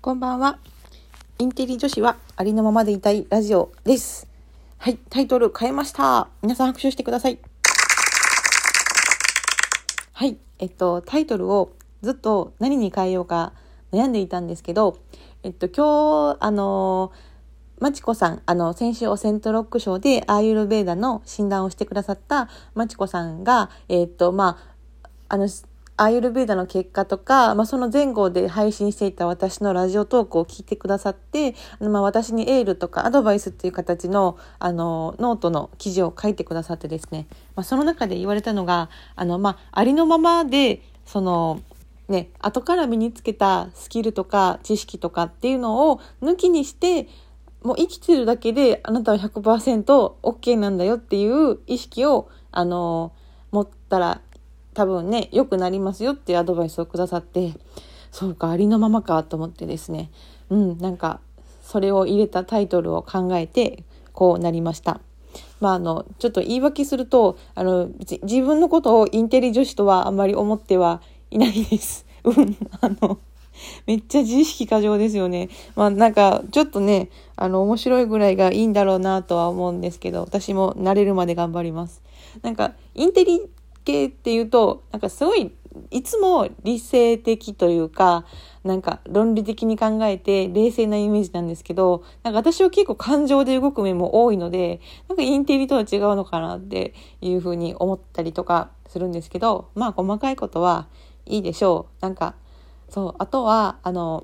こんばんは。インテリ女子はありのままでいたいラジオです。はい、タイトル変えました。皆さん拍手してください。はい、タイトルをずっと何に変えようか悩んでいたんですけど、今日まちこさん、先週オセントロックショーでアーユルベーダの診断をしてくださったまちこさんが、アーユルベーダの結果とか、その前後で配信していた私のラジオトークを聞いてくださって、私にエールとかアドバイスっていう形の、ノートの記事を書いてくださってですね、その中で言われたのが、ありのままで、後から身につけたスキルとか知識とかっていうのを抜きにして、もう生きてるだけであなたは 100% OK なんだよっていう意識を、持ったら多分ね、良くなりますよっていうアドバイスをくださって、そうか、ありのままかと思ってですね、それを入れたタイトルを考えてこうなりました。ちょっと言い訳すると、自分のことをインテリ女子とはあんまり思ってはいないです。めっちゃ自意識過剰ですよね。ちょっとね、面白いぐらいがいいんだろうなとは思うんですけど、私も慣れるまで頑張ります。インテリ系っていうと、すごい、いつも理性的というか、論理的に考えて冷静なイメージなんですけど、私は結構感情で動く面も多いので、インテリとは違うのかなっていうふうに思ったりとかするんですけど、細かいことはいいでしょう。あとは、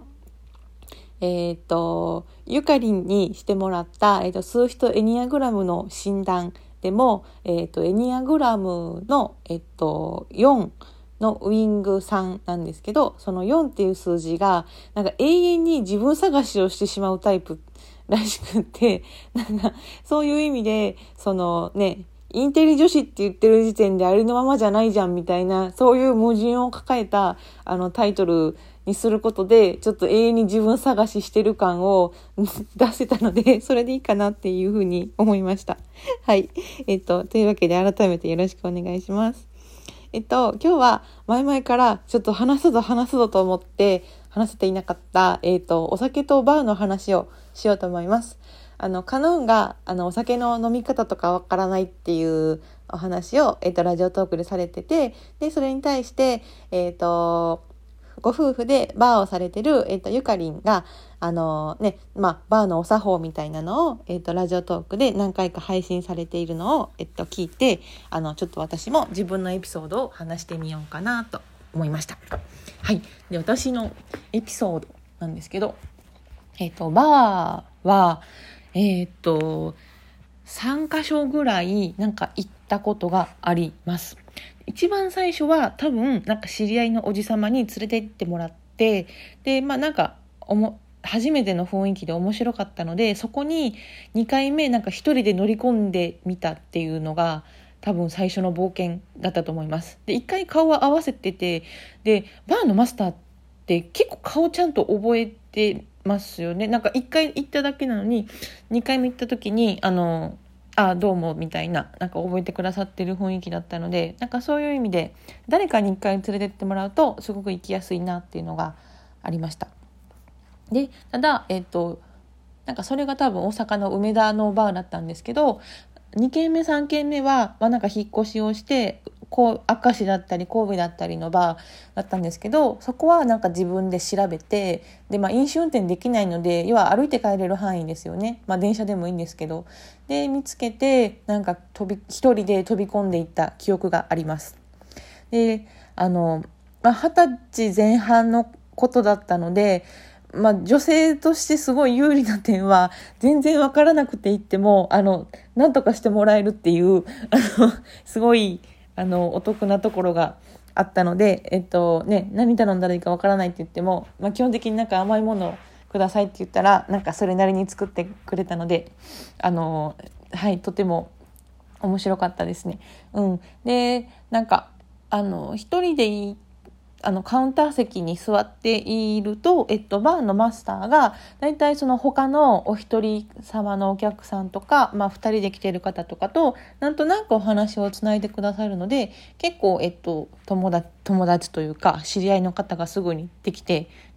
ゆかりんにしてもらった、数人エニアグラムの診断でも、エニアグラムの、4のウィング3なんですけど、その4っていう数字が、永遠に自分探しをしてしまうタイプらしくって、そういう意味で、インテリ女子って言ってる時点でありのままじゃないじゃんみたいな、そういう矛盾を抱えたタイトルにすることで、ちょっと永遠に自分探ししてる感を出せたので、それでいいかなっていうふうに思いました。はい。というわけで改めてよろしくお願いします。今日は前々からちょっと話すぞと思って話せていなかった、お酒とバーの話をしようと思います。カノンがお酒の飲み方とかわからないっていうお話を、ラジオトークでされてて、でそれに対して、ご夫婦でバーをされてる、ゆかりんがバーのお作法みたいなのを、ラジオトークで何回か配信されているのを、聞いてちょっと私も自分のエピソードを話してみようかなと思いました。はい。で、私のエピソードなんですけど、バーは3カ所ぐらい行ったことがあります。一番最初は多分知り合いのおじさまに連れて行ってもらって、で初めての雰囲気で面白かったので、そこに2回目一人で乗り込んでみたっていうのが多分最初の冒険だったと思います。で、1回顔は合わせてて、でバーのマスターって結構顔ちゃんと覚えてますよね。1回行っただけなのに2回目行った時にどうもみたいな覚えてくださってる雰囲気だったので、そういう意味で誰かに1回連れてってもらうとすごく行きやすいなっていうのがありました。で、ただそれが多分大阪の梅田のバーだったんですけど、2軒目3軒目は、引っ越しをして明石だったり神戸だったりのバーだったんですけど、そこは自分で調べて、で飲酒運転できないので、要は歩いて帰れる範囲ですよね。電車でもいいんですけど、で見つけて一人で飛び込んでいった記憶があります。で20歳前半のことだったので、女性としてすごい有利な点は全然わからなくて言ってもなんとかしてもらえるっていうすごいお得なところがあったので、何頼んだらいいかわからないって言っても、基本的に甘いものをくださいって言ったらそれなりに作ってくれたのでとても面白かったですね。で一人でカウンター席に座っていると、バーのマスターがだいたいその他のお一人様のお客さんとか、二人で来ている方とかとなんとなくお話をつないでくださるので、結構友達というか知り合いの方がすぐにできて、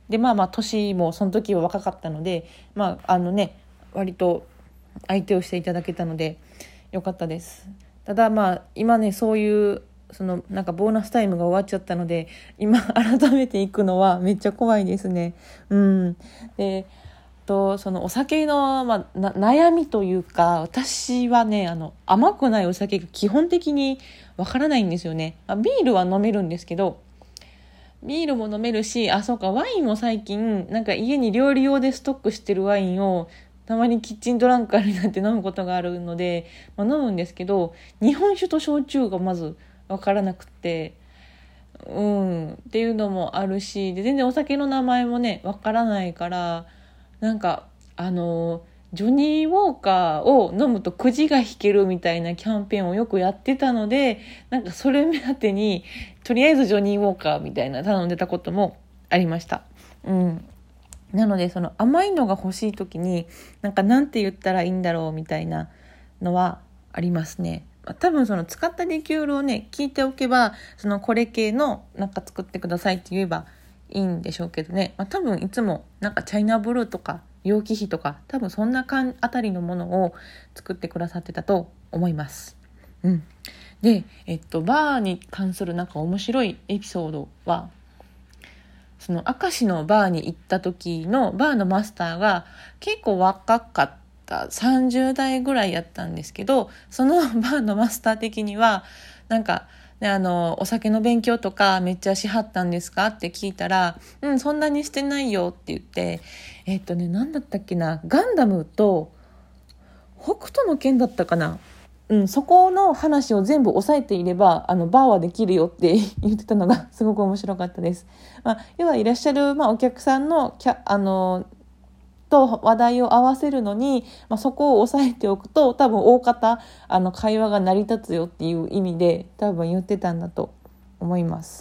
で年もその時は若かったので割と相手をしていただけたのでよかったです。ただ今ねそういうなんかボーナスタイムが終わっちゃったので今改めて行くのはめっちゃ怖いですね。でそのお酒の、悩みというか、私はね甘くないお酒が基本的にわからないんですよね。ビールは飲めるんですけど、ビールも飲めるし、そうか、ワインも最近なんか家に料理用でストックしてるワインをたまにキッチンドランカーになって飲むことがあるので、飲むんですけど、日本酒と焼酎がまずわからなくて、っていうのもあるし、で全然お酒の名前もねわからないから、なんかジョニーウォーカーを飲むとくじが引けるみたいなキャンペーンをよくやってたので、なんかそれ目当てにとりあえずジョニーウォーカーみたいな頼んでたこともありました。なのでその甘いのが欲しい時になんて言ったらいいんだろうみたいなのはありますね。多分その使ったリキュールをね聞いておけば、これ系の作ってくださいって言えばいいんでしょうけどね。多分いつもチャイナブルーとか楊貴妃とか多分そんなあたりのものを作ってくださってたと思います。で、バーに関する面白いエピソードは、その明石のバーに行った時のバーのマスターが結構若かった30代ぐらいやったんですけど、そのバーのマスター的にはお酒の勉強とかめっちゃしはったんですかって聞いたら、そんなにしてないよって言って、何だったっけな、ガンダムと北斗の拳だったかな、そこの話を全部押さえていればバーはできるよって言ってたのがすごく面白かったです。要はいらっしゃる、お客さんのと話題を合わせるのに、そこを押さえておくと多分大方会話が成り立つよっていう意味で多分言ってたんだと思います。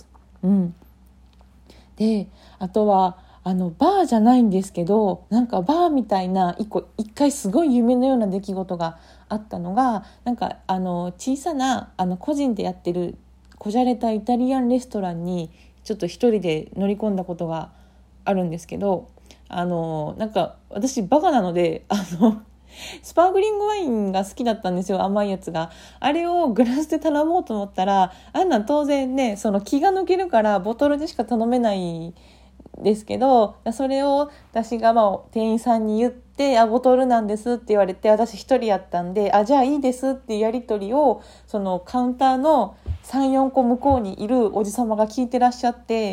で、あとはバーじゃないんですけど、バーみたいな一回すごい夢のような出来事があったのが、小さな個人でやってるこじゃれたイタリアンレストランにちょっと一人で乗り込んだことがあるんですけど、私バカなのでスパークリングワインが好きだったんですよ、甘いやつが。あれをグラスで頼もうと思ったら、当然ね気が抜けるからボトルでしか頼めないですけど、それを私が店員さんに言って、ボトルなんですって言われて、私一人やったんで、じゃあいいですっていうやり取りをカウンターの 3,4 個向こうにいるおじさまが聞いてらっしゃって、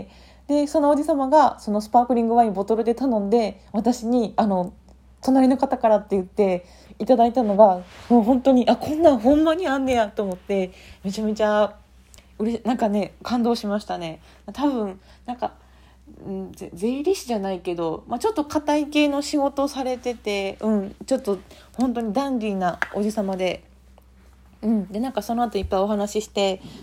でそのおじさまがスパークリングワインボトルで頼んで、私に隣の方からって言っていただいたのが、もう本当にこんなんほんまにあんねやと思って、めちゃめちゃ感動しましたね。多分税理士じゃないけど、ちょっと堅い系の仕事をされてて、ちょっと本当にダンディーなおじさまで、でその後いっぱいお話しして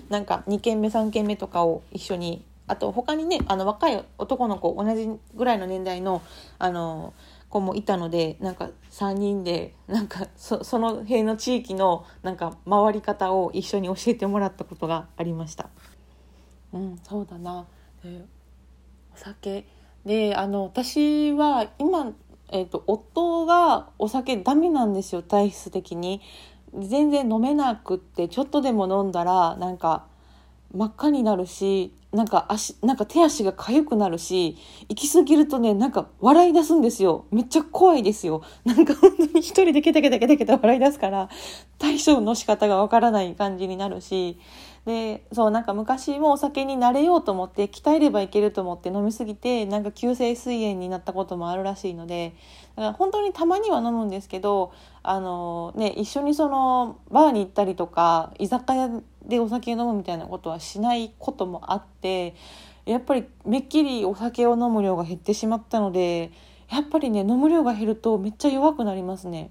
、2軒目3軒目とかを一緒に、あと他にね若い男の子、同じぐらいの年代の子もいたので、3人でその辺の地域の回り方を一緒に教えてもらったことがありました。そうだな。お酒で私は今、夫がお酒ダメなんですよ、体質的に。全然飲めなくって、ちょっとでも飲んだら真っ赤になるし、手足が痒くなるし、行き過ぎるとね笑い出すんですよ。めっちゃ怖いですよ。本当に一人でケタケタケタケタ笑い出すから、対処の仕方がわからない感じになるし、で昔もお酒に慣れようと思って、鍛えればいけると思って飲みすぎて急性膵炎になったこともあるらしいので、だから本当にたまには飲むんですけど、一緒にバーに行ったりとか居酒屋でお酒を飲むみたいなことはしないこともあって、やっぱりめっきりお酒を飲む量が減ってしまったので、やっぱりね飲む量が減るとめっちゃ弱くなりますね。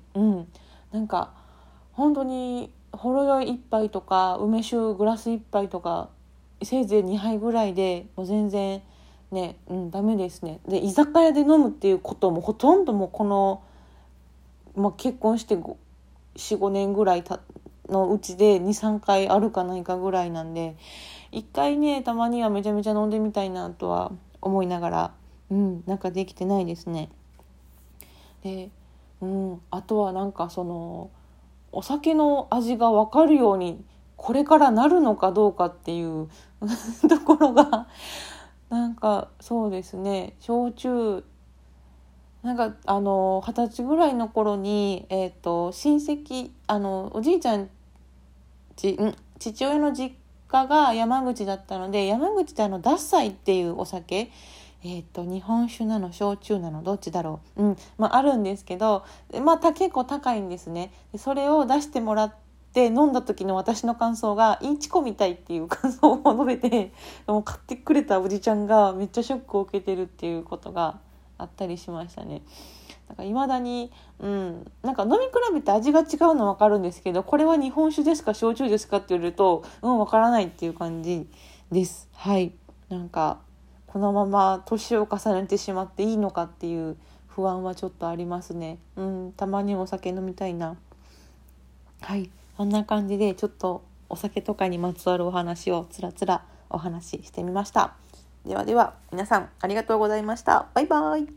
本当にほろ酔い1杯とか梅酒グラス1杯とかせいぜい2杯ぐらいでもう全然ね、ダメですね。で居酒屋で飲むっていうこともほとんどもうこの、結婚して 4,5 年ぐらいのうちで 2,3 回あるかないかぐらいなんで、1回ねたまにはめちゃめちゃ飲んでみたいなとは思いながら、 なんかできてないですね。で、あとはなんかお酒の味が分かるようにこれからなるのかどうかっていうところがなんかそうですね、焼酎なんか20歳ぐらいの頃に、親戚おじいちゃん父親の実家が山口だったので、山口で獺祭っていうお酒、日本酒なの焼酎なのどっちだろう、あるんですけど、結構高いんですね。でそれを出してもらって飲んだ時の私の感想がインチコみたいっていう感想を述べて、もう買ってくれたおじちゃんがめっちゃショックを受けてるっていうことがあったりしましたね。なんか未だに、なんか飲み比べて味が違うの分かるんですけど、これは日本酒ですか焼酎ですかって言われると分からないっていう感じです。はい。なんかこのまま年を重ねてしまっていいのかっていう不安はちょっとありますね。たまにお酒飲みたいな。はい。そんな感じでちょっとお酒とかにまつわるお話をつらつらお話ししてみました。ではでは皆さんありがとうございました。バイバイ。